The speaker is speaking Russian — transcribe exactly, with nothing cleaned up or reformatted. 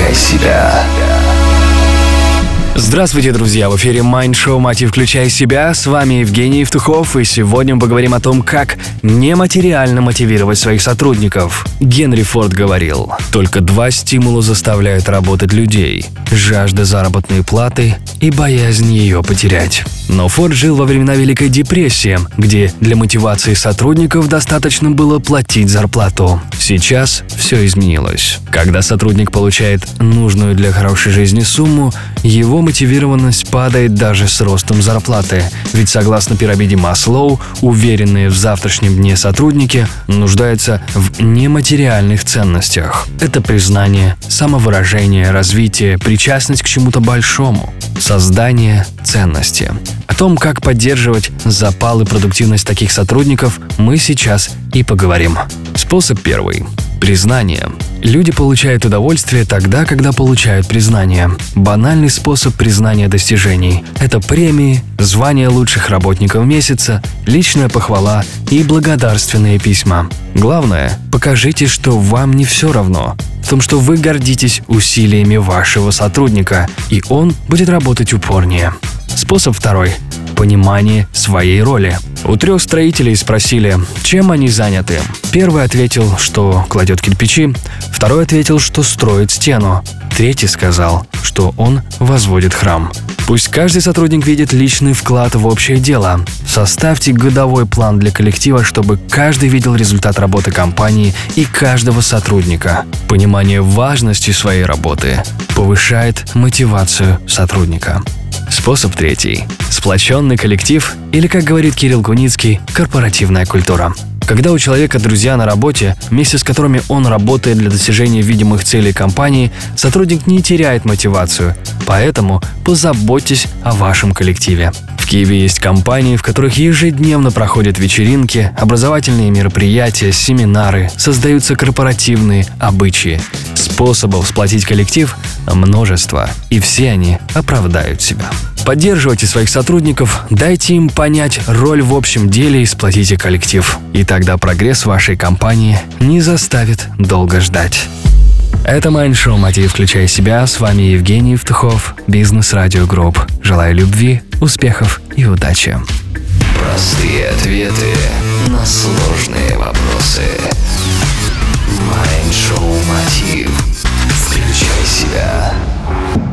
Включай себя. Здравствуйте, друзья! В эфире Mind Show «Мотив. Включай себя». С вами Евгений Евтухов, и сегодня мы поговорим о том, как нематериально мотивировать своих сотрудников. Генри Форд говорил: «Только два стимула заставляют работать людей – жажда заработной платы и боязнь ее потерять». Но Форд жил во времена Великой депрессии, где для мотивации сотрудников достаточно было платить зарплату. Сейчас все изменилось. Когда сотрудник получает нужную для хорошей жизни сумму, его мотивированность падает даже с ростом зарплаты. Ведь согласно пирамиде Маслоу, уверенные в завтрашнем дне сотрудники нуждаются в нематериальных ценностях. Это признание, самовыражение, развитие, причастность к чему-то большому, создание ценности. О том, как поддерживать запал и продуктивность таких сотрудников, мы сейчас и поговорим. Способ первый. Признание. Люди получают удовольствие тогда, когда получают признание. Банальный способ признания достижений – это премии, звание лучших работников месяца, личная похвала и благодарственные письма. Главное – покажите, что вам не все равно, в том, что вы гордитесь усилиями вашего сотрудника, и он будет работать упорнее. Способ второй. Понимание своей роли. У трех строителей спросили, чем они заняты. Первый ответил, что кладет кирпичи, второй ответил, что строит стену, третий сказал, что он возводит храм. Пусть каждый сотрудник видит личный вклад в общее дело. Составьте годовой план для коллектива, чтобы каждый видел результат работы компании и каждого сотрудника. Понимание важности своей работы повышает мотивацию сотрудника. Способ третий. Сплоченный коллектив или, как говорит Кирилл Куницкий, корпоративная культура. Когда у человека друзья на работе, вместе с которыми он работает для достижения видимых целей компании, сотрудник не теряет мотивацию, поэтому позаботьтесь о вашем коллективе. В Киеве есть компании, в которых ежедневно проходят вечеринки, образовательные мероприятия, семинары, создаются корпоративные обычаи. Способов сплотить коллектив множество, и все они оправдают себя. Поддерживайте своих сотрудников, дайте им понять роль в общем деле и сплотите коллектив. И тогда прогресс вашей компании не заставит долго ждать. Это Mind Show «Мотив. Включай себя». С вами Евгений Евтухов, Бизнес Радио Групп. Желаю любви, успехов и удачи. Простые ответы на сложные вопросы. Mind Show «Мотив. Включай себя».